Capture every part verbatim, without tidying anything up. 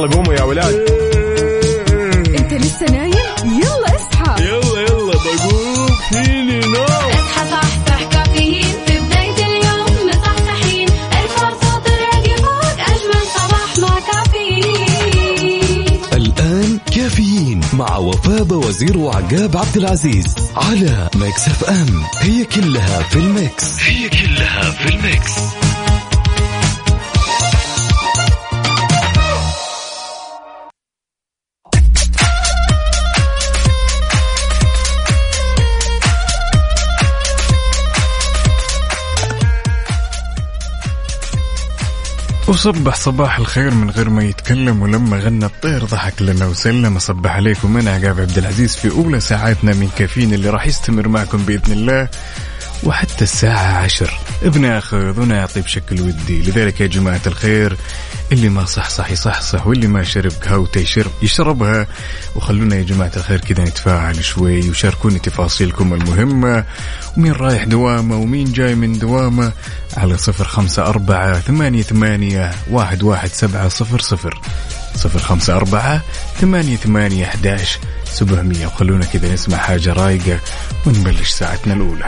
يلا قوموا يا ولاد. انت لسه نايم؟ يلا اصحى. يلا يلا بقوم فيني نوم. اصحى صحصح كافيين في بداية اليوم مصحصحين. ارفع صوت الراديو فوق أجمل صباح مع كافيين. الآن كافيين مع وفاء وزير وعقاب عبد العزيز على ميكس اف ام. هي كلها في الميكس. هي كلها في الميكس. وصبح صباح الخير من غير ما يتكلم، ولما غنى الطير ضحك لنا وسلم. أصبح عليكم من عقاب عبد العزيز في أولى ساعاتنا من كافيين اللي راح يستمر معكم بإذن الله وحتى الساعة عشر. بناخذ ونعطي بشكل ودي. لذلك يا جماعة الخير، اللي ما صح صح يصحصح، واللي ما شرب قهوته يشرب يشربها. وخلونا يا جماعة الخير كذا نتفاعل شوي، وشاركوني تفاصيلكم المهمة، ومين رايح دوامة ومين جاي من دوامة على صفر خمسة أربعة ثمانية ثمانية واحد واحد سبعة صفر صفر صفر خمسة أربعة ثمانية ثمانية أحداش سبعمية. وخلونا كذا نسمع حاجة رايقة ونبلش ساعتنا الأولى.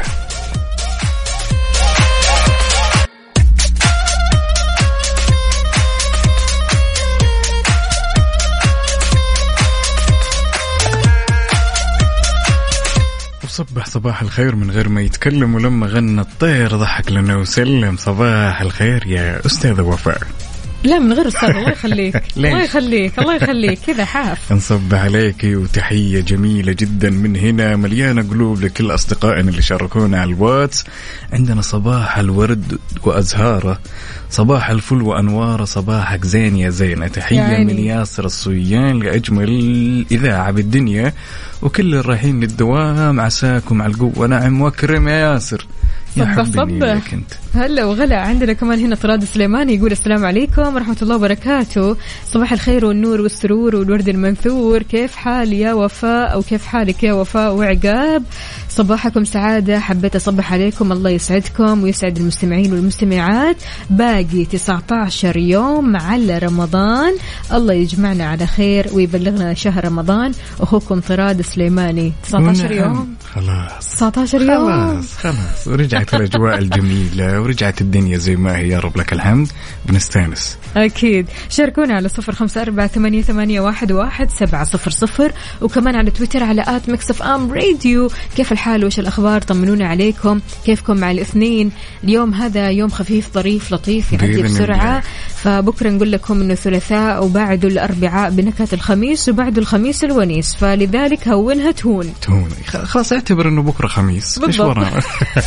صبح صباح الخير من غير ما يتكلم، ولما غنى الطير ضحك لنا وسلم. صباح الخير يا أستاذ وفاء. لا من غير أستاذ، الله يخليك. الله يخليك الله يخليك كذا حاف. نصب عليك وتحية جميلة جدا من هنا مليانة قلوب لكل أصدقائنا اللي شاركونا على الواتس. عندنا صباح الورد وأزهاره، صباح الفل وأنوار، صباحك زين يا زينة. تحية يعني من ياسر الصويان لأجمل إذاعة بالدنيا، وكل الرايحين للدوام عساكم على القوة. نعم وكرم يا ياسر. صبح صبح هلا وغلا. عندنا كمان هنا طراد سليماني يقول السلام عليكم ورحمة الله وبركاته. صباح الخير والنور والسرور والورد المنثور. كيف حال يا وفاء، أو كيف حالك يا وفاء وعقاب؟ صباحكم سعادة. حبيت أصبح عليكم، الله يسعدكم ويسعد المستمعين والمستمعات. باقي تسعة عشر يوم على رمضان، الله يجمعنا على خير ويبلغنا شهر رمضان. أخوكم طراد سليماني. تسعة عشر يوم خلاص، تسعة عشر يوم خلاص خلاص. ورجعت الأجواء الجميلة ورجعت الدنيا زي ما هي، يا رب لك الحمد. بنستانس أكيد. شاركونا على صفر خمسة أربعة ثمانية ثمانية واحد واحد سبعة صفر صفر، وكمان على تويتر على آت ميكس اف ام راديو. كيف الحال وش الأخبار؟ طمنونا عليكم، كيفكم مع الاثنين؟ اليوم هذا يوم خفيف ظريف لطيف يعدي بسرعة. فبكرة نقول لكم إنه ثلاثاء، وبعده الأربعاء بنكهة الخميس، وبعده الخميس الونيس، فلذلك هونها تهون تهون. خلاص اعتبر إنه بكرة خميس. إيش ورانا؟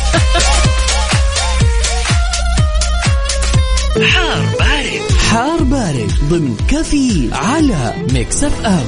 حار بارد، حار بارد ضمن كافيين على ميكس اف ام.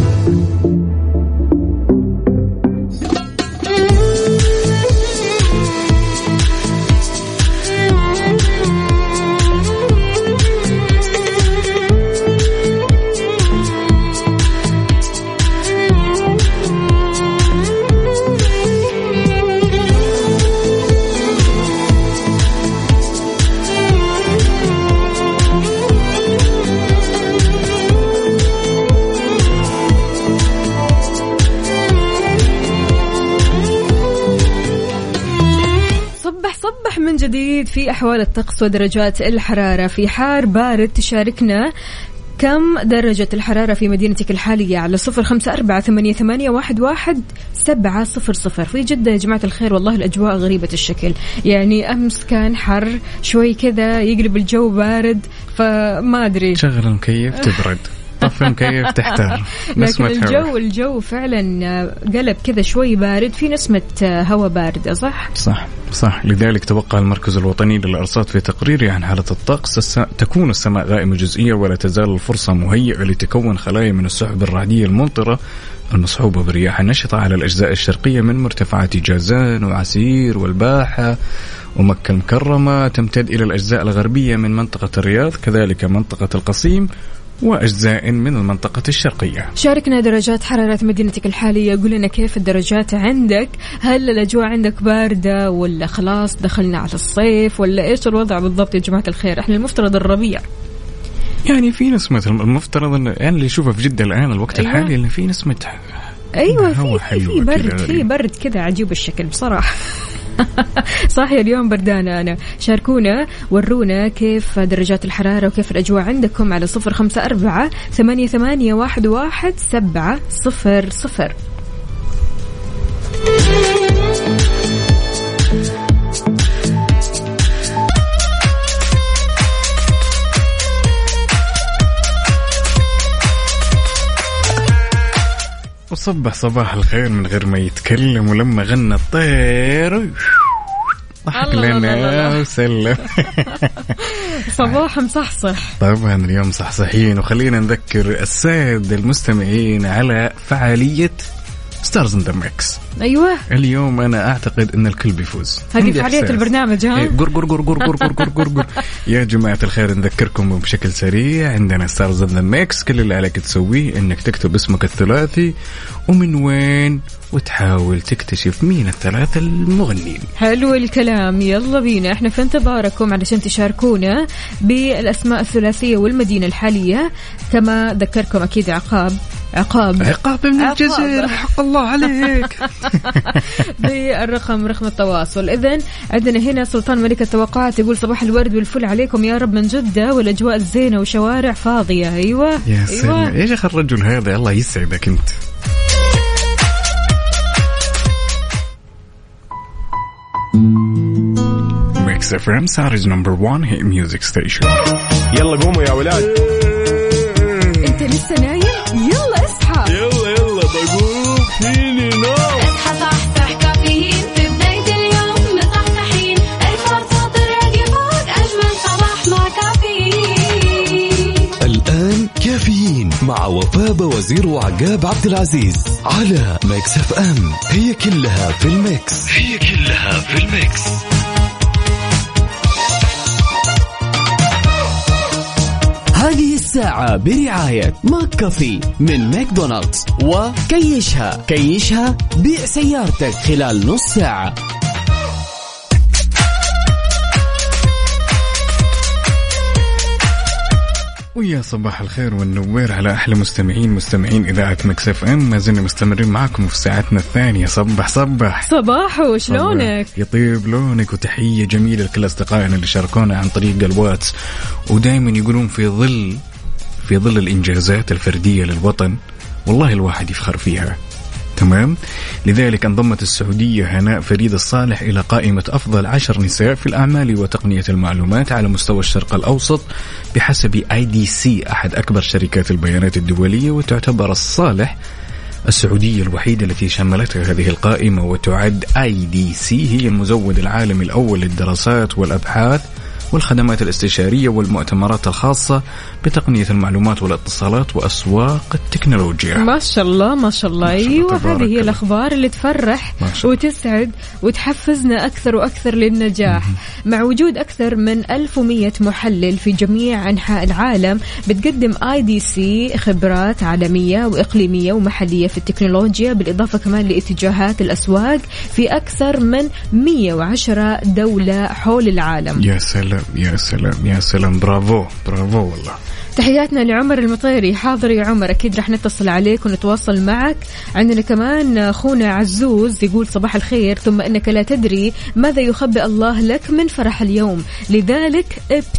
من جديد في أحوال الطقس ودرجات الحرارة. في حار بارد تشاركنا كم درجة الحرارة في مدينتك الحالية على صفر خمسة أربعة ثمانية ثمانية واحد واحد سبعة صفر صفر. في جدة يا جماعة الخير والله الأجواء غريبة الشكل، يعني أمس كان حر شوي كذا يقلب الجو بارد، فما أدري. شغل المكيف تبرد، طفي المكيف تحتار. لكن الجو الجو فعلا قلب كذا شوي بارد، في نسمة هواء باردة. صح صح صح. لذلك توقع المركز الوطني للأرصاد في تقريره عن حالة الطقس الس... تكون السماء غائمة جزئية، ولا تزال الفرصة مهيئة لتكون خلايا من السحب الرعدية الممطرة المصحوبة برياح نشطة على الأجزاء الشرقية من مرتفعات جازان وعسير والباحة ومكة المكرمة، تمتد إلى الأجزاء الغربية من منطقة الرياض، كذلك منطقة القصيم وأجزاء من المنطقة الشرقية. شاركنا درجات حرارة مدينتك الحالية، قول لنا كيف الدرجات عندك، هل الأجواء عندك باردة ولا خلاص دخلنا على الصيف ولا إيش الوضع بالضبط يا جماعة الخير؟ إحنا المفترض الربيع. يعني في نسمة المفترض أن يعني اللي يشوفها في جدة الآن الوقت أيوة. الحالي إن في نسمة أيوة هوا في في برد في برد كذا عجيب الشكل بصراحة. صاحية اليوم بردانة أنا. شاركونا ورونا كيف درجات الحرارة وكيف الأجواء عندكم على صفر خمسة أربعة ثمانية ثمانية واحد واحد سبعة صفر صفر. وصبح صباح الخير من غير ما يتكلم، ولما غنى الطير ضحك لنا وسلم. صباح مصحصح. طبعا اليوم صحصحين، وخلينا نذكر السادة المستمعين على فعالية ستارز ان ذا ميكس. ايوه اليوم انا اعتقد ان الكل بيفوز. هذه فعالية البرنامج. ها قر قر قر قر قر قر قر قر. يا جماعة الخير نذكركم بشكل سريع، عندنا ستارز ان ذا ميكس. كل اللي عليك تسويه انك تكتب اسمك الثلاثي ومن وين، وتحاول تكتشف مين الثلاثة المغنين. حلو الكلام، يلا بينا احنا في انتظاركم علشان تشاركونا بالاسماء الثلاثية والمدينة الحالية. كما ذكركم اكيد عقاب عقاب عقاب من الجزائر، حق الله عليك. بالرقم رقم التواصل. إذن عندنا هنا سلطان ملك التوقعات يقول صباح الورد والفل عليكم يا رب من جدة والأجواء الزينة وشوارع فاضية. أيوة يا سلام. أيوة. إيش أخي الرجل هذا، الله يسعدك أنت. Mix إف إم Saudi's number one hit music station. يلا قوموا يا ولاد. أنت لسه نايم؟ يلا اصحى. يلا يلا بقوم فيني نوم. اصحى صحصح كافيين في بداية اليوم مصحصحين ارفع صوت الراديو فوق أجمل صباح مع كافيين. الآن كافيين مع وفاء وزير وعقاب عبد العزيز على ميكس إف إم. هي كلها في الميكس. هي كلها في الميكس. هذه الساعة برعاية ماك كافي من ماكدونالدز وكيشها. كيشها بيع سيارتك خلال نص ساعة. ويا صباح الخير والنوير على أحلى مستمعين مستمعين إذاعة ميكس إف إم. ما زلنا مستمرين معكم في ساعتنا الثانية. صبح صبح صباح وشلونك؟ يطيب لونك. وتحية جميلة لكل أصدقائنا اللي شاركونا عن طريق الواتس، ودائما يقولون في ظل في ظل الإنجازات الفردية للوطن والله الواحد يفخر فيها. تمام. لذلك انضمت السعودية هناء فريد الصالح إلى قائمة أفضل عشر نساء في الأعمال وتقنية المعلومات على مستوى الشرق الأوسط بحسب آي دي سي أحد أكبر شركات البيانات الدولية. وتعتبر الصالح السعودية الوحيدة التي شملتها هذه القائمة، وتعد آي دي سي هي المزود العالمي الأول للدراسات والأبحاث والخدمات الاستشارية والمؤتمرات الخاصة بتقنية المعلومات والاتصالات وأسواق التكنولوجيا. ما شاء الله ما شاء الله. أيوة هذه هي الأخبار اللي تفرح وتسعد وتحفزنا أكثر وأكثر للنجاح. مع وجود أكثر من ألف ومئة محلل في جميع أنحاء العالم، بتقدم آي دي سي خبرات عالمية وإقليمية ومحلية في التكنولوجيا، بالإضافة كمان لاتجاهات الأسواق في أكثر من مئة وعشرة دولة حول العالم. يا سلام يا سلام يا سلام. برافو برافو والله. تحياتنا لعمر المطيري. حاضر يا عمر، أكيد رح نتصل عليك ونتواصل معك. عندنا كمان أخونا عزوز يقول صباح الخير، ثم أنك لا تدري ماذا يخبئ الله لك من فرح اليوم، لذلك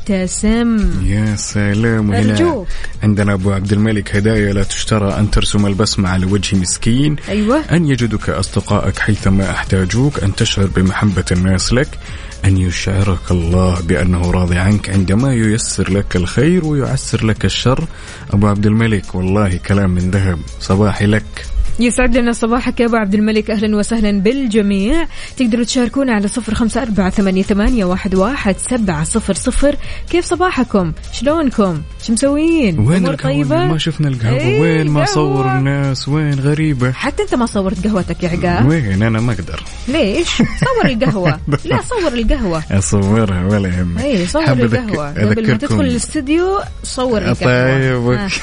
ابتسم. يا سلام. أرجوك. عندنا أبو عبد الملك هدايا لا تشترى، أن ترسم البسمة على وجه مسكين. أيوة. أن يجدك أصدقائك حيثما احتاجوك، أن تشعر بمحبة الناس لك، أن يشعرك الله بأنه راضي عنك عندما ييسر لك الخير ويعسر لك الشر. أبو عبد الملك والله كلام من ذهب. صباحي لك. يسعد لنا صباحك يا أبو عبد الملك، أهلا وسهلا بالجميع. تقدروا تشاركونا على صفر خمسة أربعة ثمانية ثمانية واحد واحد سبعة صفر صفر. كيف صباحكم؟ شلونكم؟ شو مسوين؟ وين أمور طيبة؟ ما شفنا القهوة. ايه وين ما قهوة. صور الناس. وين غريبة. حتى أنت ما صورت قهوتك يا عقاب. وين أنا ما أقدر. ليش؟ صور القهوة. لا صور القهوة. أصورها ولا يهمك. اي صور القهوة قبل ما تدخل الاستديو. صور القهوة. طيب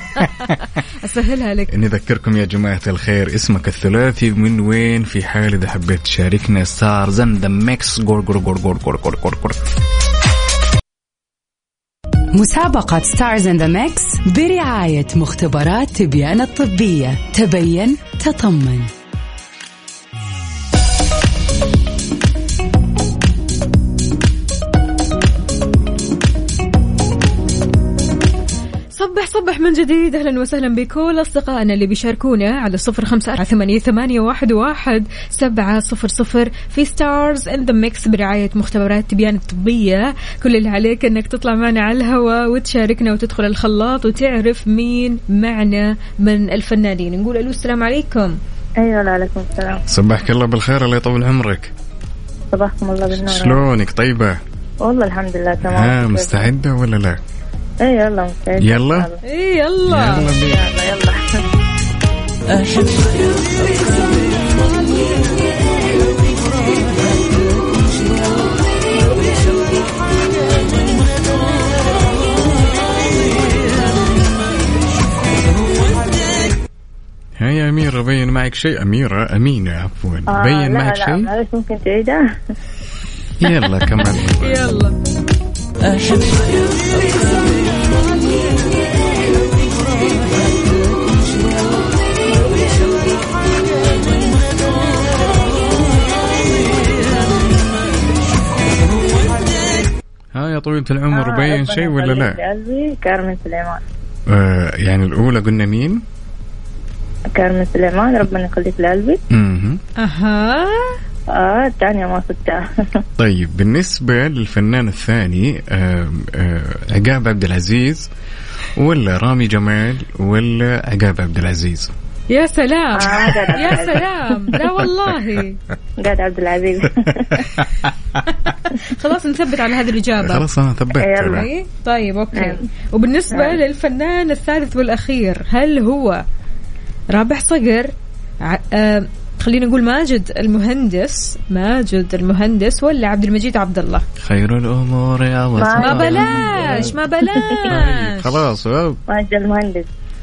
أسهلها لك. نذكركم يا جماعة الخير اسمك الثلاثي من وين في حال إذا حبيت تشاركنا. ستارز ان ذا ميكس. قور قور قور قور قور قور قور. مسابقة ستارز إن ذا ميكس برعاية مختبرات تبيان الطبية. تبين تطمن. صبح صبح من جديد. أهلا وسهلا بكل أصدقائنا اللي بيشاركونا على صفر خمسة أربعة ثمانية ثمانية واحد واحد سبعة صفر صفر في ستارز إن ذا ميكس برعاية مختبرات تبيان الطبية. كل اللي عليك أنك تطلع معنا على الهواء وتشاركنا وتدخل الخلاط وتعرف مين معنا من الفنانين. نقول ألو السلام عليكم. أيوة وعليكم السلام. صباحك الله بالخير، الله يطول عمرك. صباحكم الله بالنور. شلونك؟ طيبة والله الحمد لله تمام. ها مستعدة ولا لا؟ ايه يلا مستعد. يلا ايه يلا يلا يلا, يلا. ها يا أميرة بين معك شيء. أميرة أمينة عفوا آه بين لا معك لا شيء. معلش ممكن تعيدها. يلا كمان. يلا ها يا طويلة العمر آه بين شيء ولا لا؟ قلبي كارمن سليمان. آه يعني الأولى قلنا مين؟ كارمن سليمان ربنا يخليك لقلبي. اها اها اه الثانية ما صدتها. طيب بالنسبة للفنان الثاني آه آه عقاب عبد العزيز ولا رامي جمال ولا عقاب عبد العزيز؟ يا سلام آه يا سلام. لا والله قاعد عبد العزيز. خلاص نثبت على هذه الإجابة. خلاص أنا ثبت. يلا. طيب أوكي. وبالنسبة للفنان الثالث والأخير هل هو رابح صقر ع... آه... خلينا نقول ماجد المهندس ماجد المهندس ولا عبد المجيد عبد الله؟ خير الأمور يا وصال. ما بلاش ما بلاش. خلاص ماجد المهندس.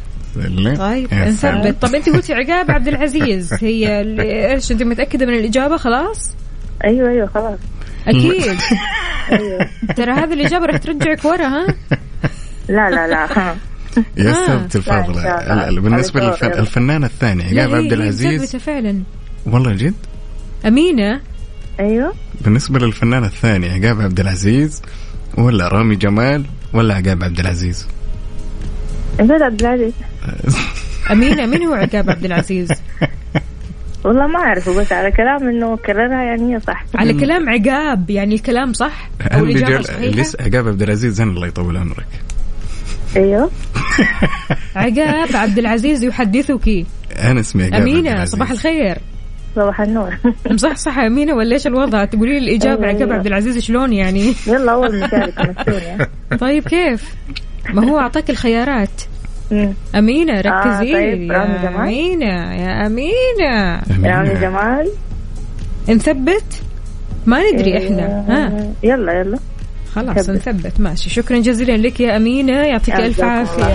طيب نثبت. طب انت قلتي عقاب عبد العزيز هي ايش؟ انت متأكدة من الإجابة خلاص؟ ايوه ايوه خلاص اكيد. ايوه ترى هذه الإجابة رح ترجعك ورا. ها لا لا لا. يا سبت الفاضلة. بالنسبة للفنان الثاني عقاب عبد العزيز فعلا والله جد أمينة. أيوة. بالنسبة للفنان الثاني عقاب عبد العزيز ولا رامي جمال ولا عقاب عبد العزيز؟ عقاب عبد العزيز. أمينة مين هو عقاب عبد العزيز؟ والله ما أعرفه بس على كلام إنه كررها يعني هي صح. على كلام عقاب يعني الكلام صح أو الإجابة صحيحة. لسه عقاب عبد العزيز زين الله يطول عمرك. ايوه. عقاب عبد العزيز يحدثك. انا اسمي عقاب. أمينة صباح الخير. صباح النور. صح صح يا أمينة ولا ايش الوضع؟ تقولي لي الإجابة عقاب عبد العزيز شلون يعني؟ يلا اول مشاركة مسؤولة. طيب كيف؟ ما هو أعطاك الخيارات. أمينة ركزي. آه طيب. رامي جمال. أمينة يا أمينة. رامي جمال. نثبت ما ندري احنا. ها يلا يلا خلاص ثبت. نثبت ماشي. شكرا جزيلا لك يا أمينة يعطيك ألف عافية.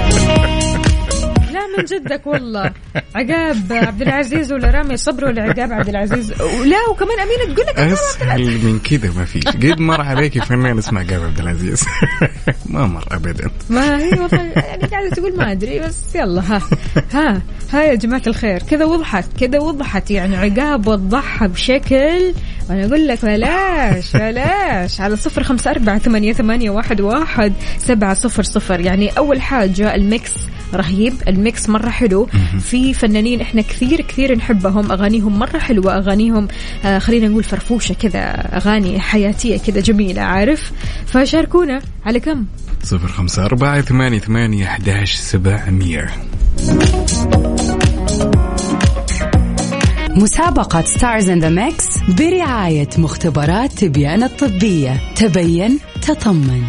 لا من جدك والله. عقاب عبد العزيز ولا رامي صبري ولا عقاب عبد العزيز؟ لا وكمان أمينة تقول لك أسهل من كذا ما في. قد مر عليك فنان اسمه عقاب عبد العزيز. ما مر أبدا. ما هي والله يعني قاعدة تقول ما أدري بس يلا. ها ها ها يا جماعة الخير كذا وضحت كذا وضحت يعني عقاب وضحها بشكل وأنا أقول لك بلاش بلاش. على صفر خمسة أربعة ثمانية ثمانية واحد واحد سبعة صفر صفر. يعني أول حاجة الميكس رهيب. الميكس مرة حلو. في فنانين إحنا كثير كثير نحبهم أغانيهم مرة حلوة. أغانيهم آه خلينا نقول فرفوشة كذا أغاني حياتية كذا جميلة عارف. فشاركونا على كم؟ صفر خمسة أربعة ثمانية ثمانية أحداش سبعمية. مسابقة ستارز إن ذا ميكس برعاية مختبرات تبيان الطبية. تبين تطمن.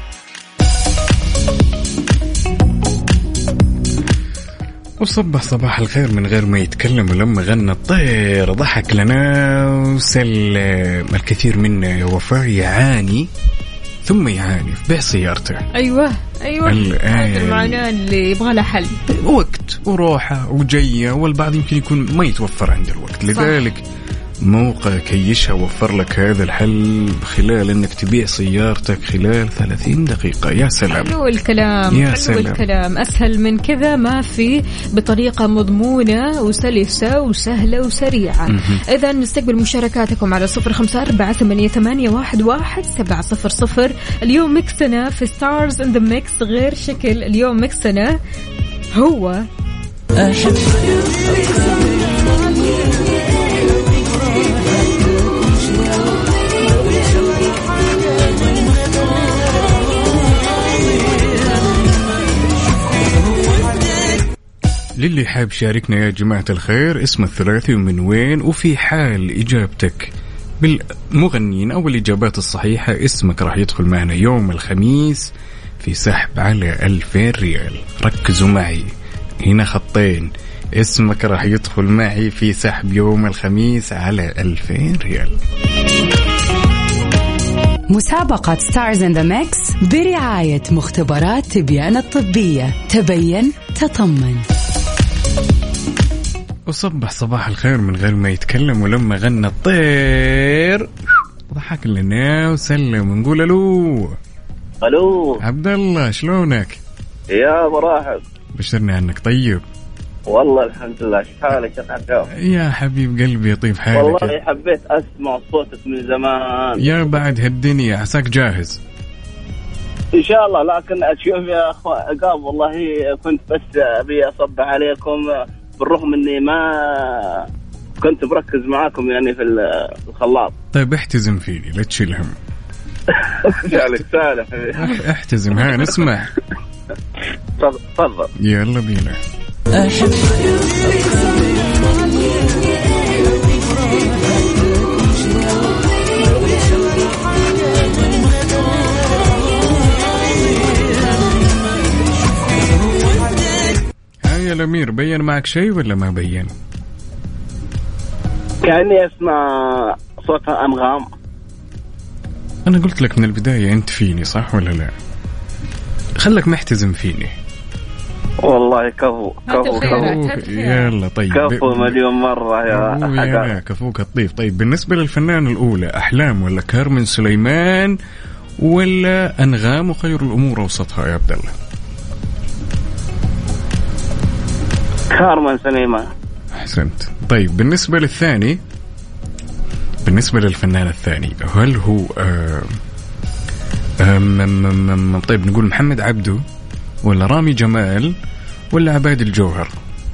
وصبح صباح الخير من غير ما يتكلم ولما غنى الطير ضحك لنا وسلم. الكثير منا وفاء يعاني ثم يعاني في بيع سيارته. أيوة أيوة هذه المعاناة اللي يبغى لها حل. وقت وروحة وجية والبعض يمكن يكون ما يتوفر عنده الوقت. لذلك موقع كيشها وفر لك هذا الحل خلال انك تبيع سيارتك خلال ثلاثين دقيقة. يا سلام. حلو الكلام. يا حلو سلام. الكلام. اسهل من كذا ما في، بطريقة مضمونة وسلسة وسهلة وسريعة. اذا نستقبل مشاركاتكم على صفر خمسة أربعة ثمانية ثمانية واحد واحد سبعة صفر صفر. اليوم ميكسنا في ستارز ان ذا ميكس غير شكل. اليوم ميكسنا هو أحب للي حاب شاركنا يا جماعة الخير اسم الثلاثي ومن وين، وفي حال إجابتك بالمغنين أو الإجابات الصحيحة اسمك راح يدخل معنا يوم الخميس في سحب على ألفين ريال. ركزوا معي هنا خطين، اسمك راح يدخل معي في سحب يوم الخميس على ألفين ريال. مسابقة ستارز ان ذا ميكس برعاية مختبرات تبيان الطبية. تبين تطمن. وصبح صباح الخير من غير ما يتكلم، ولما غنى الطير ضحك لنا وسلم ونقول الو. الو عبد الله شلونك؟ يا مرحب. بشرنا عنك. طيب والله الحمد لله. ايش حالك يا حبيب؟ يا حبيب قلبي يطيب حالك. والله حبيت اسمع صوتك من زمان يا بعد هالدنيا. عساك جاهز ان شاء الله. لكن اشوف يا اخوة عقاب والله كنت بس ابي اصبح عليكم بالرغم اني ما كنت بركز معاكم يعني في الخلاط. طيب احتزم فيني لا تشيل هم. جالك سالم. احتزم. ها نسمع. تفضل. يلا بينا. هاي يا الأمير بين معك شيء ولا ما بين؟ كأني أسمع صوتها أنغام. أنا قلت لك من البداية أنت فيني صح ولا لا؟ خلك محتزم فيني. والله كفو كفو كفو. يلا طيب كفو مليون مرة يا يا كفوك الطيف. طيب بالنسبة للفنان الأولى أحلام ولا كارمن سليمان ولا أنغام وخير الأمور وسطها يا عبد الله؟ كارمن سليمان. أحسنت. طيب بالنسبة للثاني، بالنسبة للفنان الثاني هل هو آه آم آم آم طيب نقول محمد عبده ولا رامي جمال ولا عباد الجوهر؟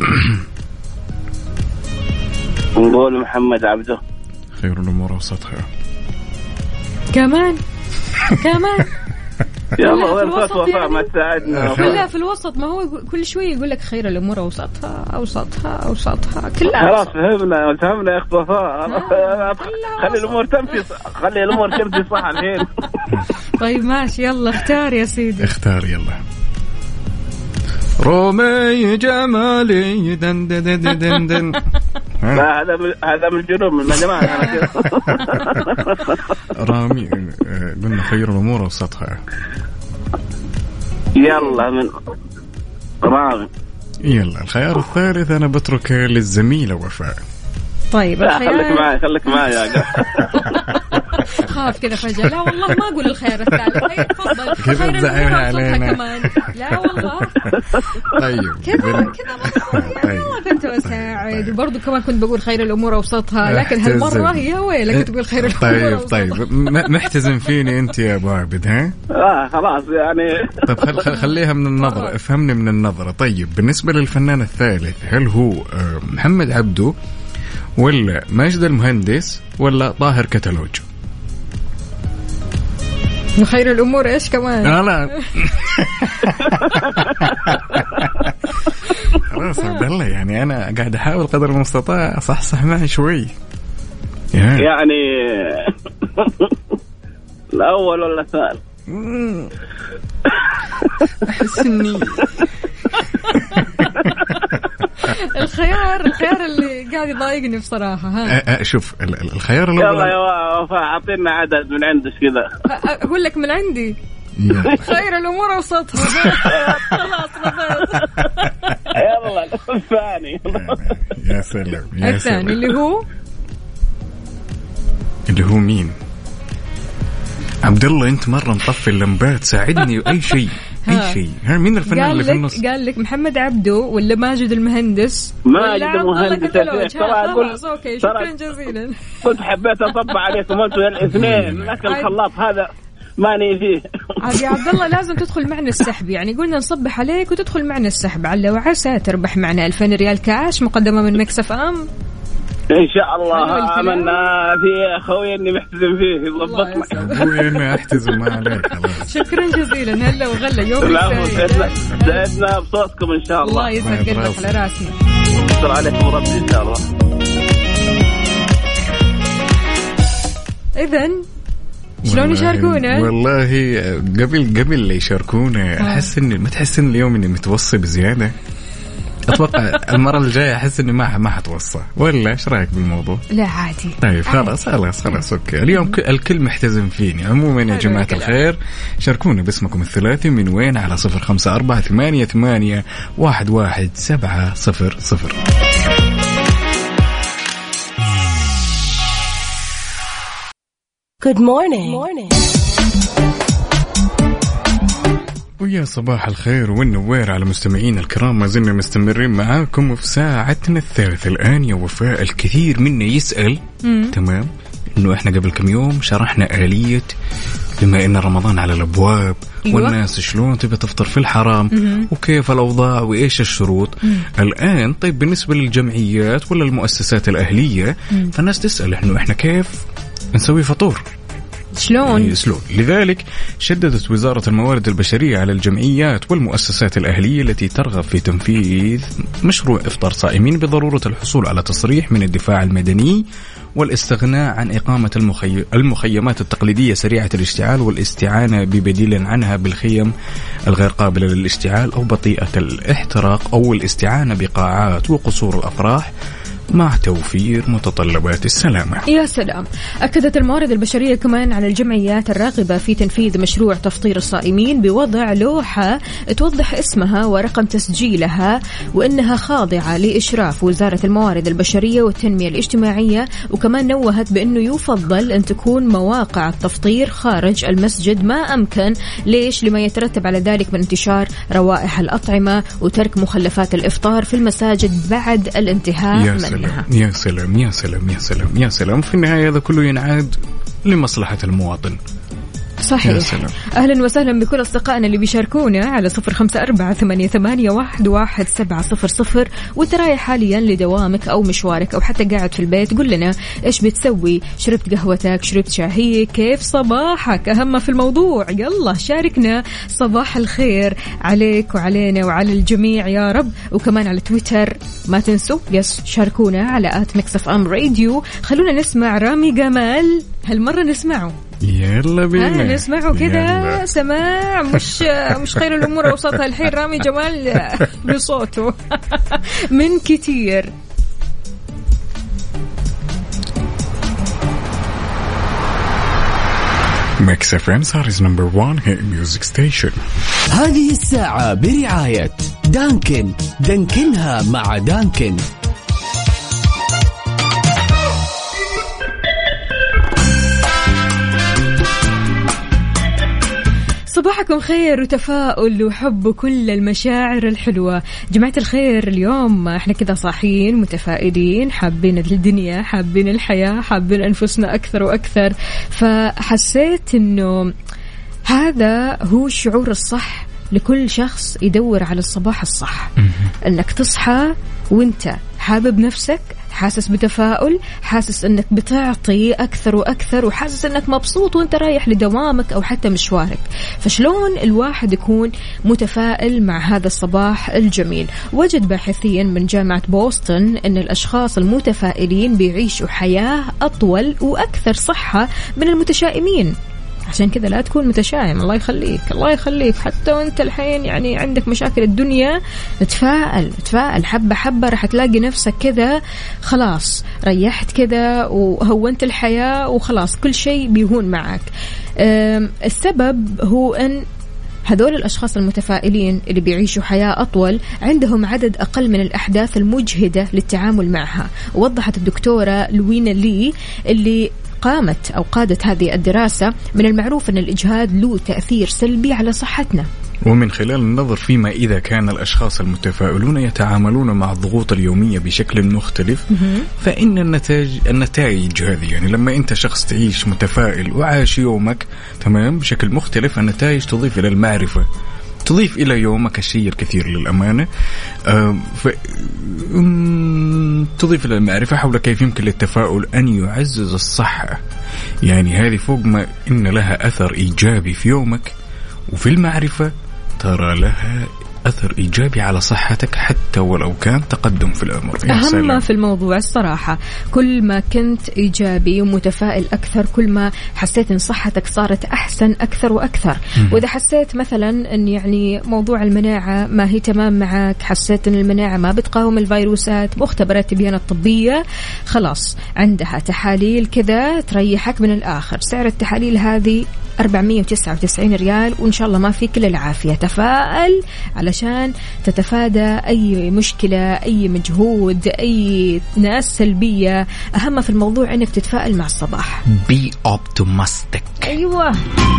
نقول محمد عبده. خير الأمور وسطها. كمان كمان يلا وين وفاء ما تساعدنا؟ لا في الوسط، ما هو كل شوي يقول لك خير الأمور أوسطها أوسطها أوسطها كلها. خلاص فهمنا فهمنا يا أخت وفاء. خلي الأمور تمشي، خلي الأمور تمشي صح الحين. طيب ماشي يلا اختار يا سيدي. اختار يلا. رومي جمالي دن دن دن دن دن. لا هذا هذا من الجنوب من جماعة. رامي قلنا خير الأمور وسطها. يلا من رامي. يلا الخيار الثالث أنا بتركه للزميلة وفاء. طيب الخيار خليك معي خليك معي يا خاف كذا فجأة. لا والله ما أقول الخيار الثالث. هي تفضل. كيف تزعلها علينا كمان؟ لا والله. طيب كذا كذا والله كنت أساعد، وبرضه كمان كنت بقول خير الأمور أوسطها، لكن هالمرة هي ويلك تقول خير الأمور أوسطها. طيب طيب محتزم فيني أنت يا أبو عابد ها؟ آه خلاص يعني. طيب خل خليها من النظرة، افهمني من النظرة. طيب بالنسبة للفنان الثالث هل هو محمد عبده ولا ماجد المهندس ولا طاهر كتالوج؟ خير الأمور إيش كمان؟ لا لا خلاص عبد الله، يعني أنا قاعد أحاول قدر المستطاع صح صح معي شوي يعني, يعني الأول ولا الثالث؟ أحس إني الخيار الخيار اللي قاعد يضايقني بصراحة. ها شوف الخيار الأول. يلا يا وفاء أعطينا عدد من عندك كذا. أقول لك من عندي. خير الأمور أوسطها. خلاص رفضت. يلا الثاني. يا سلام. الثاني اللي هو اللي هو مين؟ عبد الله أنت مرة مطفي اللمبات، ساعدني أي شيء أي شيء. ها مين الفنان اللي في النص؟ قال لك محمد عبدو ولا ماجد المهندس؟ ماجد المهندس. ترى خلاص أوكي شكرا جزيلا. كنت حبيت أطبع عليكم أنتم الاثنين، لكن الخلاط هذا ماني فيه. يا عبد الله لازم تدخل معنا السحب، يعني قلنا نصبح عليك وتدخل معنا السحب، على وعسى تربح معنا ألفين ريال كاش مقدمة من ميكس اف ام ان شاء الله. عملنا في اخوي اني محتزم فيه ضبط معك. اخوي اني احتزم ما عليك. شكرا جزيلا. هلا وغلا يومك سعيد. سعدنا بصوتكم ان شاء الله. الله يسعد قلبك على راسي. شكرا عليكم ربي ان شاء الله. اذن شلون يشاركونا؟ والله قبل قبل يشاركونا احس اني ما تحس ان اليوم اني متوصي بزياده. اتوقع المره الجايه احس اني ما ما حتوصى، ولا ايش رايك بالموضوع؟ لا عادي. طيب خلاص خلاص خلاص اوكي. اليوم الكل محتزم فيني. عموما يا جماعه الخير شاركونا باسمكم الثلاثي من وين على صفر خمسة أربعة ثمانية ثمانية واحد واحد سبعة صفر صفر. Good morning. morning. ويا صباح الخير والنوير على مستمعين الكرام. ما زلنا مستمرين معاكم في ساعتنا الثالثة الآن. يا وفاء الكثير منا يسأل مم. تمام إنه إحنا قبل كم يوم شرحنا آلية بما إن رمضان على الأبواب أيوة. والناس شلون تبي تفطر في الحرام مم. وكيف الأوضاع وإيش الشروط مم. الآن. طيب بالنسبة للجمعيات ولا المؤسسات الأهلية مم. فالناس تسأل إنه إحنا كيف نسوي فطور شلون؟ شلون؟ لذلك شددت وزارة الموارد البشرية على الجمعيات والمؤسسات الأهلية التي ترغب في تنفيذ مشروع إفطار صائمين بضرورة الحصول على تصريح من الدفاع المدني والاستغناء عن إقامة المخي... المخيمات التقليدية سريعة الاشتعال والاستعانة ببديل عنها بالخيم الغير قابلة للاشتعال أو بطيئة الاحتراق أو الاستعانة بقاعات وقصور الأفراح مع توفير متطلبات السلامة. يا سلام. أكدت الموارد البشرية كمان على الجمعيات الراغبة في تنفيذ مشروع تفطير الصائمين بوضع لوحة توضح اسمها ورقم تسجيلها وأنها خاضعة لإشراف وزارة الموارد البشرية والتنمية الاجتماعية. وكمان نوهت بأنه يفضل أن تكون مواقع التفطير خارج المسجد ما أمكن. ليش؟ لما يترتب على ذلك من انتشار روائح الأطعمة وترك مخلفات الإفطار في المساجد بعد الانتهاء منها. يا سلام يا سلام يا سلام يا سلام. في النهاية هذا كله ينعاد لمصلحة المواطن. صحيح. أهلا وسهلا بكل أصدقائنا اللي بيشاركونا على صفر خمسة أربعة ثمانية ثمانية واحد واحد سبعة صفر صفر. وتراي حاليا لدوامك أو مشوارك أو حتى قاعد في البيت قل لنا إيش بتسوي. شربت قهوتك، شربت شاهيك، كيف صباحك؟ أهم في الموضوع. يلا شاركنا. صباح الخير عليك وعلينا وعلى الجميع يا رب. وكمان على تويتر ما تنسوا يس شاركونا على آت ميكس اف ام راديو. خلونا نسمع رامي جمال هالمرة نسمعه. يلا بينا نسمعه كده سماع مش مش خير الأمور أوسطها. الحين رامي جمال بصوته من كتير. ميكس اف ام صارز نمبر وان هيت ميوزك ستيشن. هذه الساعة برعاية دانكن. دانكنها مع دانكن. صباحكم خير وتفاؤل وحب كل المشاعر الحلوة. جماعة الخير اليوم احنا كده صاحيين متفائلين، حابين الدنيا، حابين الحياة، حابين أنفسنا أكثر وأكثر. فحسيت إنه هذا هو الشعور الصح لكل شخص يدور على الصباح الصح. انك تصحى وانت حابب نفسك، حاسس بتفاؤل، حاسس انك بتعطي اكثر واكثر، وحاسس انك مبسوط وانت رايح لدوامك او حتى مشوارك. فشلون الواحد يكون متفائل مع هذا الصباح الجميل؟ وجد باحثين من جامعة بوسطن ان الاشخاص المتفائلين بيعيشوا حياة اطول واكثر صحة من المتشائمين. عشان كذا لا تكون متشائم. الله يخليك الله يخليك. حتى وانت الحين يعني عندك مشاكل الدنيا، تفائل تفائل حبة حبة، رح تلاقي نفسك كذا خلاص ريحت كذا وهونت الحياة وخلاص كل شيء بيهون معك. السبب هو أن هذول الأشخاص المتفائلين اللي بيعيشوا حياة أطول عندهم عدد أقل من الأحداث المجهدة للتعامل معها. ووضحت الدكتورة لوينا لي اللي قامت أو قادت هذه الدراسة من المعروف أن الإجهاد له تأثير سلبي على صحتنا. ومن خلال النظر فيما إذا كان الأشخاص المتفائلون يتعاملون مع الضغوط اليومية بشكل مختلف فإن النتائج النتائج هذه يعني لما أنت شخص تعيش متفائل وعايش يومك تمام بشكل مختلف النتائج تضيف إلى المعرفة تضيف إلى يومك الشيء الكثير للأمانة أه ف... تضيف إلى المعرفة حول كيف يمكن للتفاؤل أن يعزز الصحة يعني هذه فوق ما إن لها أثر إيجابي في يومك وفي المعرفة ترى لها أثر إيجابي على صحتك حتى ولو كان تقدم في الأمر. أهم في الموضوع الصراحة كل ما كنت إيجابي ومتفائل أكثر كل ما حسيت إن صحتك صارت أحسن أكثر وأكثر. م- وإذا حسيت مثلا إن يعني موضوع المناعة ما هي تمام معك حسيت إن المناعة ما بتقاوم الفيروسات مختبرات تبيان الطبية خلاص عندها تحاليل كذا تريحك من الآخر سعر التحاليل هذه أربعمية وتسعة وتسعين ريال وإن شاء الله ما فيك إلا العافية. تفائل علشان تتفادى أي مشكلة أي مجهود أي ناس سلبية. أهم في الموضوع أنك تتفائل مع الصباح. Be optimistic. أيوة.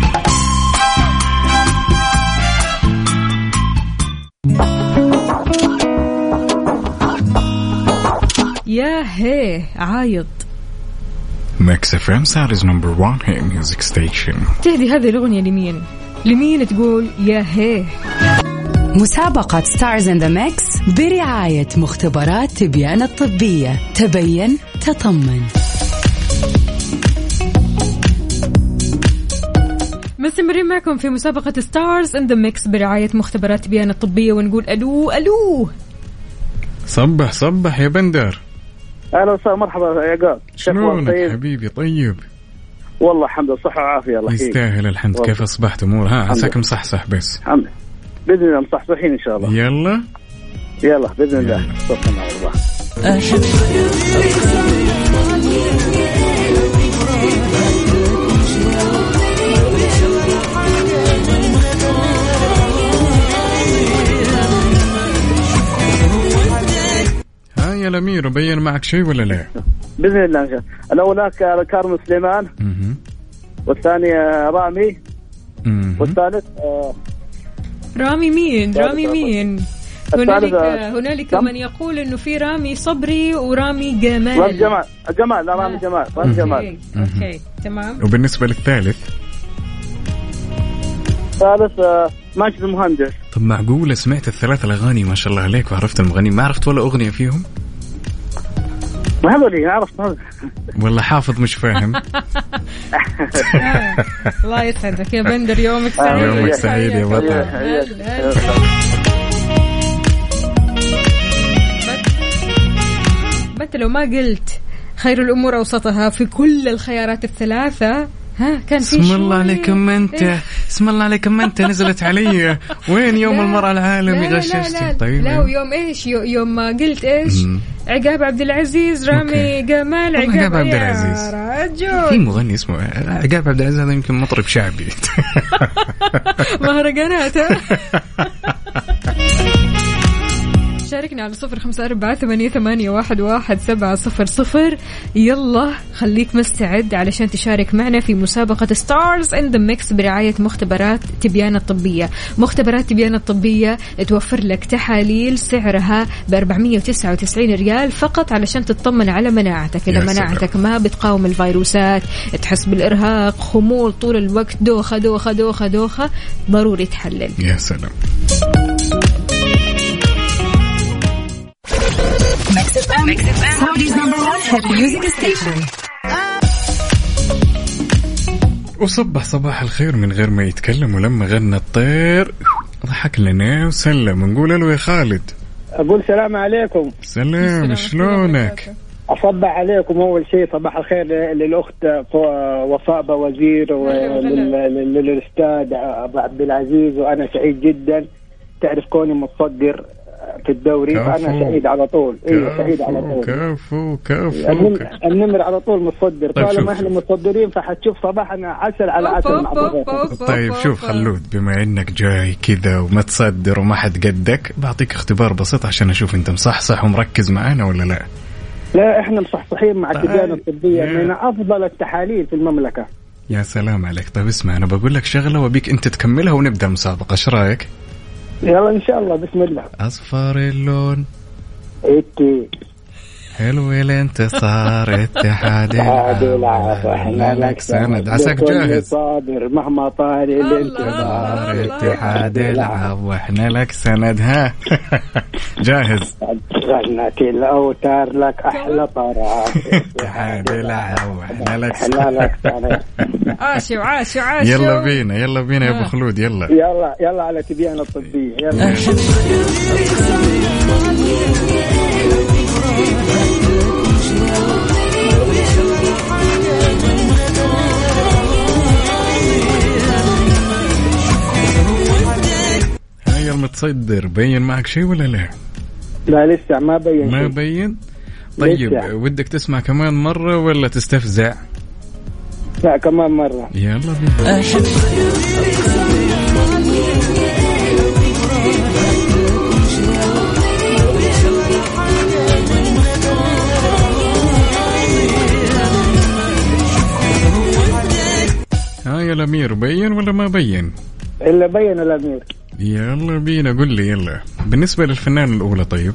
يا هي عايض ميكس اف ام ساريز نمبر وان هي ميوزك ستيشن. تهدي هذه الأغنية لمين؟ لمين تقول يا هي؟ مسابقة ستارز ان ذا ميكس برعاية مختبرات تبيان الطبية. تبين تطمن. مستمرين معكم في مسابقة ستارز ان ذا ميكس برعاية مختبرات تبيان الطبية ونقول ألو ألو. صبح صبح يا بندر. أهلا وسهلا مرحبا يا قاب. شلونك حبيبي؟ طيب والله الحمد لله صحة وعافية الله يستاهل الحمد. والله. كيف أصبحت أمور؟ ها عساك مصحصح بس الحمد لله بإذن الله مصحصحين إن شاء الله. يلا يلا بإذن الله صوتنا مع الله. يا الأمير بين معك شيء ولا لا؟ بإذن الله إن شاء الله. الأول كارم سليمان والثاني رامي والثالث رامي مين؟ رامي مين؟ هنالك هنالك من يقول إنه في رامي صبري ورامي جمال. رامي جمال جمال لا رامي جمال رامي جمال. أوكي تمام. وبالنسبة للثالث؟ الثالث ماجد المهندس. طب معقولة سمعت الثلاث الأغاني ما شاء الله عليك وعرفت المغني ما عرفت ولا أغنية فيهم؟ ما هذولي عرفت والله حافظ مش فاهم. الله يسعدك يا بندر يومك سعيد. يومك سعيد يا بطل. بنت لو ما قلت خير الأمور أوسطها في كل الخيارات الثلاثة ها كان في اسم الله عليكم انت اسم الله عليكم انت نزلت علي وين يوم المرأة العالمي غششتي. طيب لا ويوم ايش يوم ما قلت ايش مم. عقاب عبد العزيز رامي جمال عقاب عبد العزيز في مغني اسمه عقاب عبد العزيز هذا يمكن مطرب شعبي. مهرجانات. شاركنا على صفر خمسة أربعة ثمانية ثمانية واحد واحد سبعة صفر صفر. يلا خليك مستعد علشان تشارك معنا في مسابقة ستارز ان ذا ميكس برعاية مختبرات تبيان الطبية. مختبرات تبيان الطبية توفر لك تحاليل سعرها بأربعمية وتسعة وتسعين ريال فقط علشان تطمن على مناعتك. إذا مناعتك ما بتقاوم الفيروسات تحس بالإرهاق خمول طول الوقت دوخة دوخة دوخة دوخة ضروري تحلل. يا سلام. وصبح صباح الخير من غير ما يتكلم ولما غنى الطير ضحك لنا وسلم. نقول له يا خالد أقول سلام عليكم. سلام شلونك؟ أصبح عليكم أول شيء صباح الخير للأخت وفاء بوزير وللأستاذ عبد العزيز وأنا سعيد جدا تعرف كوني متصدر في الدوري فأنا سعيد على طول. إيه سعيد على طول. كفو كفو النمر على طول متصدر. طالما إحنا متصدرين فحتشوف صباحنا عسل على عسل مع بعض. طيب شوف خلود بما إنك جاي كذا ومتصدر وما حد قدك بعطيك اختبار بسيط عشان أشوف أنت مصحصح ومركز معانا ولا لا. لا احنا مصحصحين مع التبيان الطبية من افضل التحاليل في المملكة. يا سلام عليك. طيب اسمع، انا بقول لك شغله وبيك انت تكملها ونبدا المسابقه، ايش رايك؟ يلا ان شاء الله، بسم الله. اصفر اللون ايتي حلو الانتصار اتحاد العاب احنا لك سند. عساك جاهز؟ صابر مهما طال الانتظار اتحاد العاب واحنا لك سند. ها جاهز؟ غنت الاوتار لك احلى طرف اتحاد العاب واحنا لك سند. عاشي وعاشي وعاشي. يلا بينا يلا بينا يا ابو خلود. يلا يلا يلا على تبيان الطبية. يلا هاي المتصدر بين معك شيء ولا لا؟ لا لسه ما بين. ما بين. طيب لسه. ودك تسمع كمان مرة ولا تستفزع؟ لا كمان مرة. يلا بينا. ها يا الأمير، بين ولا ما بين؟ إلا بين الأمير. يلا بينا، قل لي يلا. بالنسبة للفنان الأولى طيب؟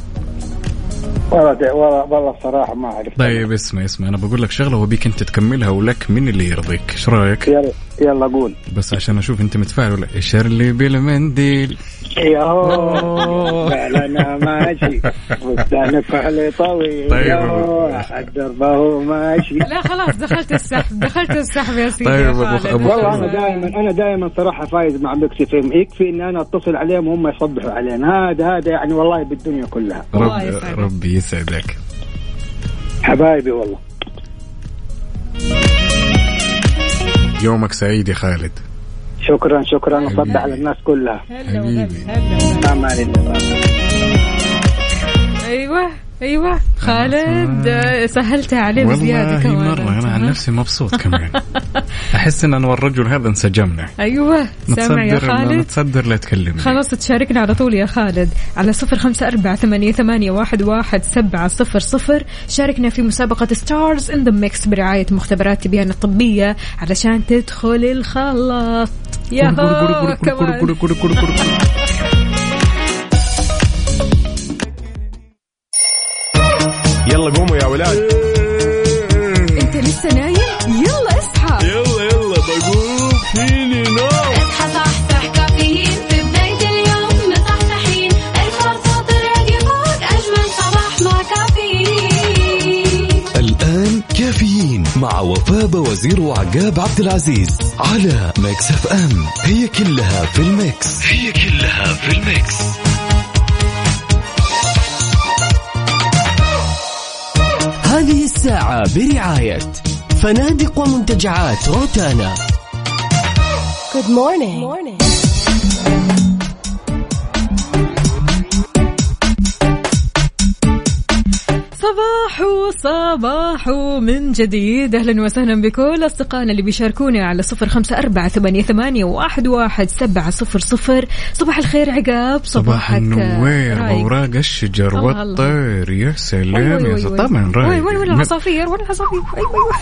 والله والله الصراحة ما أعرف. طيب اسمع اسمع، أنا بقول لك شغلة وبيك أنت تكملها ولك من اللي يرضيك، إيش رأيك؟ يلا يلا قول. بس عشان أشوف أنت متفاعل ولا. شرلي بالمنديل. يوه فعلا ماشي وستان فعلي طويل. طيب الدربه ماشي. لا خلاص دخلت السحب دخلت السحب يا سيدي. طيب والله أنا دائما أنا دائما صراحة فايز مع ميكس اف ام. يكفي إن أنا أتصل عليهم وهم يصبحوا علينا. هذا هذا يعني والله بالدنيا كلها. رب ربي يسعدك حبايبي والله. يومك سعيد يا خالد. شكرا شكرا وصبح على الناس كلها. حبيبي. ايوه ايوه خالد سهلتها عليه بزياده كمان. والله مرة انا عن نفسي مبسوط كمان. احس ان انا الرجل هذا انسجمنا. ايوه سامع يا خالد؟ نتصدر لا تكلمني. خلاص تشاركنا على طول يا خالد على صفر خمسة أربعة ثمانية ثمانية واحد واحد سبعة صفر صفر. شاركنا في مسابقة ستارز إن ذا ميكس برعاية مختبرات تبيان الطبية علشان تدخل الخلاط. يا هو كمان. يلا قوموا يا ولاد. انت لسه نايم؟ يلا اصحى. يلا يلا بقوم فيني نوم. اصحى صحصح كافيين في بداية اليوم مصحصحين. الفرصة تراقي فوق أجمل صباح مع كافيين. الآن كافيين مع وفاء وزير وعقاب عبد العزيز على ميكس اف ام. هي كلها في الميكس. هي كلها في الميكس. هذه الساعة برعاية فنادق ومنتجعات روتانا. Good morning. Good morning. صباح صباح من جديد. أهلا وسهلا بكل أصدقائنا اللي بيشاركونا على صفر خمسة أربعة ثمانية ثمانية واحد واحد سبعة صفر صفر. صباح الخير عقاب. صباح النوير وأوراق الشجر والطير. يا سلام يا سلام. طبعا رايق. وين وين العصافير وين العصافير. أيوة أيوة.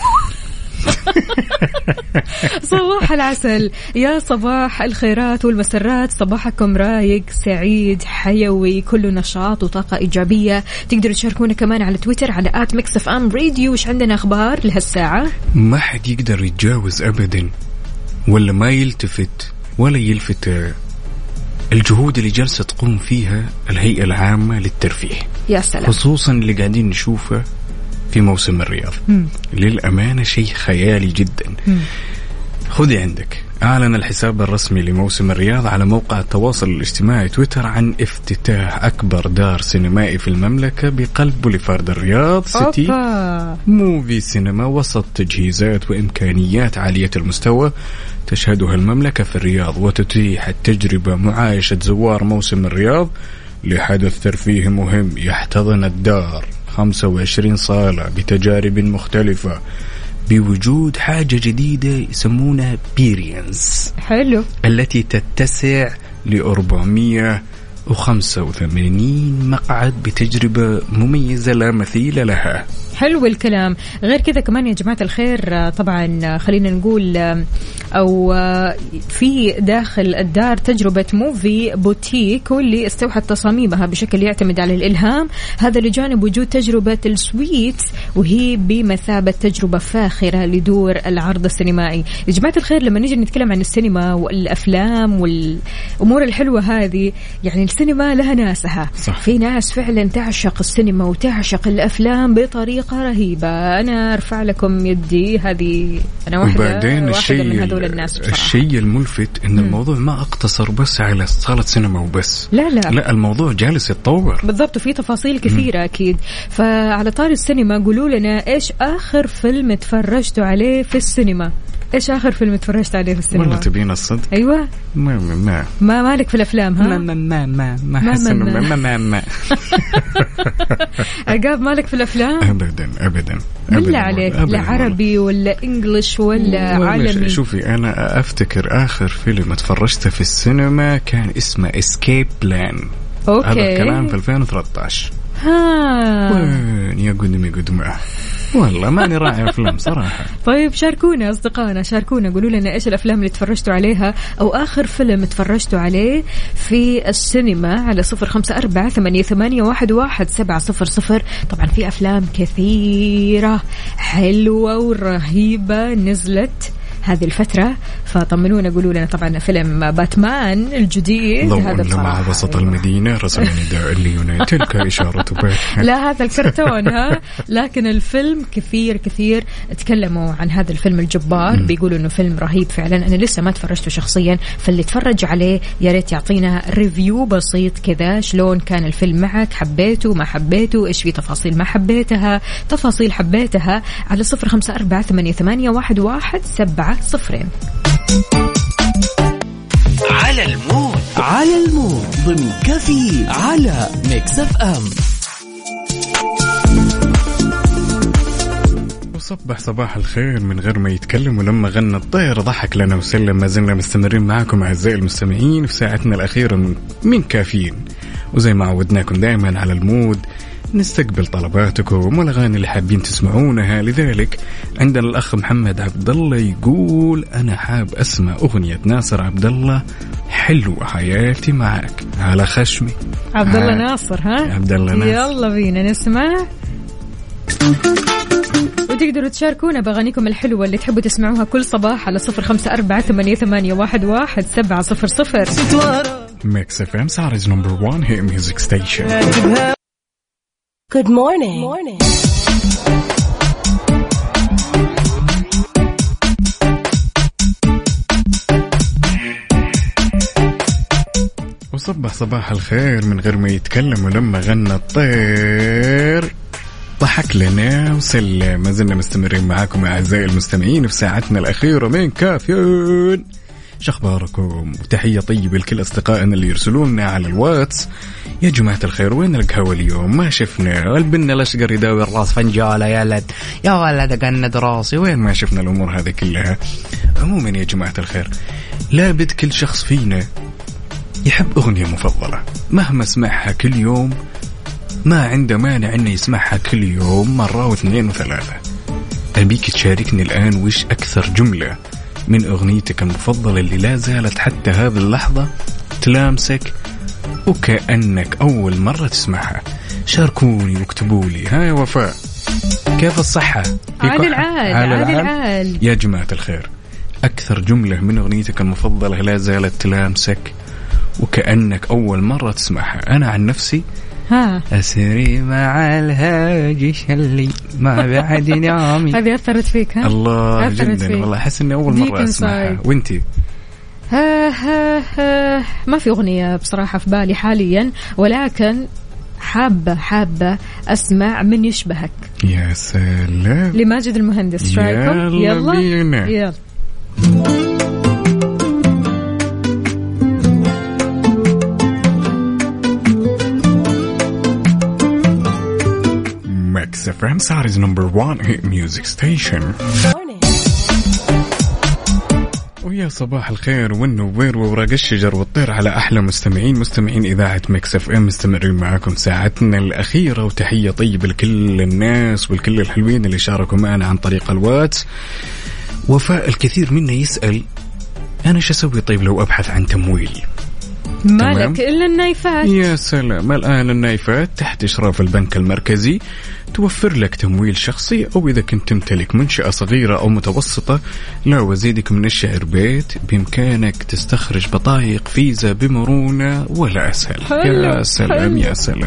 صباح العسل يا صباح الخيرات والمسرات. صباحكم رايق سعيد حيوي كله نشاط وطاقة إيجابية. تقدروا تشاركونا كمان على تويتر على آت ميكس اف ام راديو. وش عندنا أخبار لهالساعة؟ ما حد يقدر يتجاوز أبدا ولا ما يلتفت ولا يلفت الجهود اللي جالسة تقوم فيها الهيئة العامة للترفيه. يا سلام. خصوصا اللي قاعدين نشوفه في موسم الرياض. مم. للأمانة شيء خيالي جدا. مم. خذي عندك. أعلن الحساب الرسمي لموسم الرياض على موقع التواصل الاجتماعي تويتر عن افتتاح أكبر دار سينمائي في المملكة بقلب بوليفارد الرياض سيتي أوبا. موفي سينما وسط تجهيزات وإمكانيات عالية المستوى تشهدها المملكة في الرياض، وتتيح التجربة معايشة زوار موسم الرياض لحدث ترفيهي مهم. يحتضن الدار خمسة وعشرين صالة بتجارب مختلفة بوجود حاجة جديدة يسمونها بيرينس. حلو. التي تتسع لأربعمية وخمسة وثمانين مقعد بتجربة مميزة لا مثيل لها. حلو الكلام. غير كذا كمان يا جماعة الخير طبعا خلينا نقول أو في داخل الدار تجربة موفي بوتيك واللي استوحت تصاميمها بشكل يعتمد على الإلهام، هذا لجانب وجود تجربة السويتس وهي بمثابة تجربة فاخرة لدور العرض السينمائي. يا جماعة الخير لما نيجي نتكلم عن السينما والأفلام والأمور الحلوة هذه، يعني السينما لها ناسها. صح. في ناس فعلا تعشق السينما وتعشق الأفلام بطريقة رهيبة. أنا أرفع لكم يدي، هذه أنا واحدة, وبعدين واحدة الشيء من هذول الناس بصراحة. الشيء الملفت إن م. الموضوع ما اقتصر بس على صالة سينما وبس. لا لا لا الموضوع جالس يتطور بالضبط، وفي تفاصيل كثيرة م. أكيد. فعلى طار السينما قولوا لنا إيش آخر فيلم تفرجتوا عليه في السينما؟ إيش آخر فيلم تفرجت عليه في السينما؟ والله تبين الصدق. أيوة. ما ما ما مالك في الأفلام ها؟ ما ما ما ما ما حسن ما ما ما ما عقاب مالك في الأفلام؟ أبدا أبدا. بالله عليك، لا عربي ولا إنجليش ولا عالمي؟ شوفي أنا أفتكر آخر فيلم تفرجته في السينما كان اسمه إسكيب بلان. أوكي. هذا الكلام في ألفين وثلاثة عشر. ها. وين يا قدمي قدمه. والله ماني راعي أفلام صراحة. طيب شاركونا أصدقائنا، شاركونا قولوا لنا إيش الأفلام اللي تفرجتوا عليها أو آخر فيلم تفرجتوا عليه في السينما على صفر خمسة أربعة ثمانية ثمانية واحد واحد سبعة صفر صفر. طبعا في أفلام كثيرة حلوة ورهيبة نزلت هذه الفترة، فطمنونا قولوا لنا. طبعا فيلم باتمان الجديد هذا لما وسط المدينة رسم نداء ليونايتد تلك إشارة باتمان. لا هذا الكرتون ها، لكن الفيلم كثير كثير تكلموا عن هذا الفيلم الجبار. م. بيقولوا إنه فيلم رهيب فعلا. أنا لسه ما تفرجته شخصيا، فاللي تفرج عليه يا ريت يعطينا ريفيو بسيط كذا، شلون كان الفيلم معك، حبيته ما حبيته، إيش في تفاصيل ما حبيتها، تفاصيل حبيتها، على صفر خمسة أربعة ثمانية ثمانية واحد واحد سبعة صفرين. على المود على المود ضمن كافيين على ميكس اف ام. وصبح صباح الخير من غير ما يتكلم، ولما غنى الطير ضحك لنا وسلم. ما زلنا مستمرين معكم أعزائي المستمعين في ساعتنا الأخيرة من كافيين، وزي ما عودناكم دائما على المود نستقبل طلباتكم والأغاني اللي حابين تسمعونها. لذلك عندنا الأخ محمد عبد الله يقول أنا حاب أسمع أغنية ناصر عبد الله حلوة حياتي معك على خشمي. عبد الله ناصر ها؟ عبد الله ناصر. يلا بينا نسمع، وتقدروا تشاركونا بأغانيكم الحلوة اللي تحبوا تسمعوها كل صباح على صفر خمسة أربعة ثمانية ثمانية واحد واحد سبعة صفر صفر. ميكس اف ام Saudi's number one hit music station. Good morning. Good morning. وصبح صباح الخير من غير ما يتكلم، ولما غنى الطير ضحك لنا وسلم. ما زلنا مستمرين معاكم أعزائي المستمعين في ساعتنا الأخيرة من كافيين. شخباركم وتحية طيبة لكل أصدقائنا اللي يرسلوننا على الواتس. يا جماعة الخير وين القهوة اليوم؟ ما شفنا البنا الأشقر يداوي الراس فنجالة يا ولد يا ولد قند راسي، وين ما شفنا الأمور هذه كلها. عموما يا جماعة الخير لابد كل شخص فينا يحب أغنية مفضلة مهما سمعها كل يوم، ما عنده مانع إنه يسمعها كل يوم مرة واثنين وثلاثة. أبيك تشاركني الآن وش أكثر جملة من أغنيتك المفضلة اللي لا زالت حتى هذه اللحظة تلامسك وكأنك أول مرة تسمعها. شاركوني واكتبوا لي. ها يا وفاء كيف الصحة؟ عال العال عال العال. يا جماعة الخير أكثر جملة من أغنيتك المفضلة لا زالت تلامسك وكأنك أول مرة تسمعها. أنا عن نفسي ها أسري مع الهاجش اللي ما بعد نامي. هذه أثرت فيك ها؟ الله جدا فيك. والله أحس إني أول مرة أسمعها. وإنتي؟ ها ها ها ما في أغنية بصراحة في بالي حاليا، ولكن حابة حابة أسمع من يشبهك. يا سلام لماجد المهندس. شايكم؟ يلا يلا, يلا. Mix F M Saudi's number one hit music station. ويا صباح الخير والنوير وورق الشجر والطير على أحلى مستمعين مستمعين إذاعة ميكس اف ام. مستمرين معكم ساعتنا الأخيرة، وتحية طيبة لكل الناس والكل الحلوين اللي شاركوا معنا عن طريق الواتس. وفاء الكثير منا يسأل أنا شو أسوي طيب لو أبحث عن تمويل؟ مالك إلا النايفات. يا سلام، الآن النايفات تحت إشراف البنك المركزي توفر لك تمويل شخصي، أو إذا كنت تمتلك منشأة صغيرة أو متوسطة لا وزيدك من الشعر بيت بإمكانك تستخرج بطايق فيزا بمرونة ولا أسهل. يا سلام يا سلام.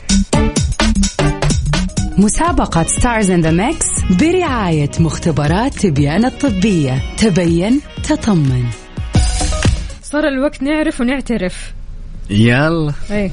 مسابقة ستارز إن ذا ميكس برعاية مختبرات تبيان الطبية. تبين تطمن. صار الوقت نعرف ونعترف. يلا. ايه.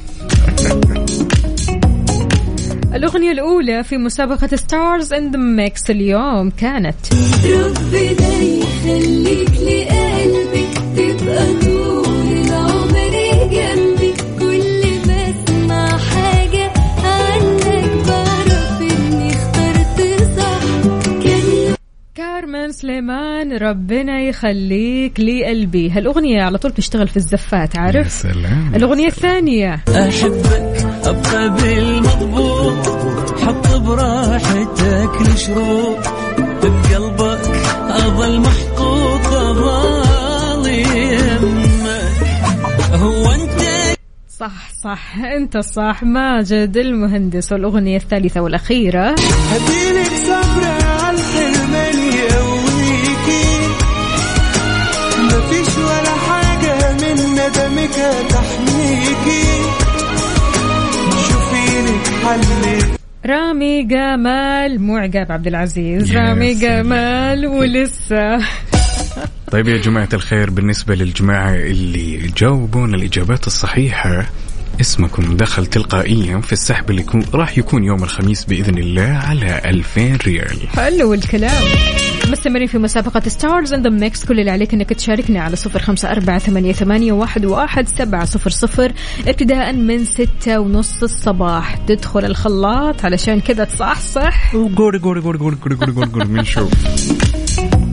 الأغنية الأولى في مسابقة ستارز إن ذا ميكس اليوم كانت ربنا يخليك لقلبي، تبقى طول العمر جنبي، كل ما اسمع حاجة عنك بعرف إني اخترت صح. كارمن سليمان ربنا يخليك لقلبي. هالأغنية على طول تشتغل في الزفات، عارف؟ سلام. الأغنية الثانية أحبك أبقى بالمضبوط، حط براحتك لشروط، بقلبك أظل محطوط ظالمك. هو أنت صح صح أنت صح. ماجد المهندس. والأغنية الثالثة والأخيرة هديلك صبر على الحرمان يقويكي، مفيش ولا حاجة من ندمك تحميكي، شوفيلك حلك. رامي جمال، مو عقاب عبد العزيز، رامي جمال ولسه. طيب يا جماعة الخير، بالنسبة للجماعة اللي جاوبون الإجابات الصحيحة اسمكم دخل تلقائيا في السحب اللي يكون راح يكون يوم الخميس بإذن الله على ألفين ريال. حلو الكلام. مستمرين في مسابقة ستارز إن ذا ميكس. كل اللي عليك انك تشاركنا على صفر خمسة أربعة ثمانية ثمانية واحد واحد سبعة صفر صفر ابتداء من ستة ونص الصباح. تدخل الخلاط علشان كذا تصحصح وقوري قوري قوري قوري قوري قوري قوري من شوف.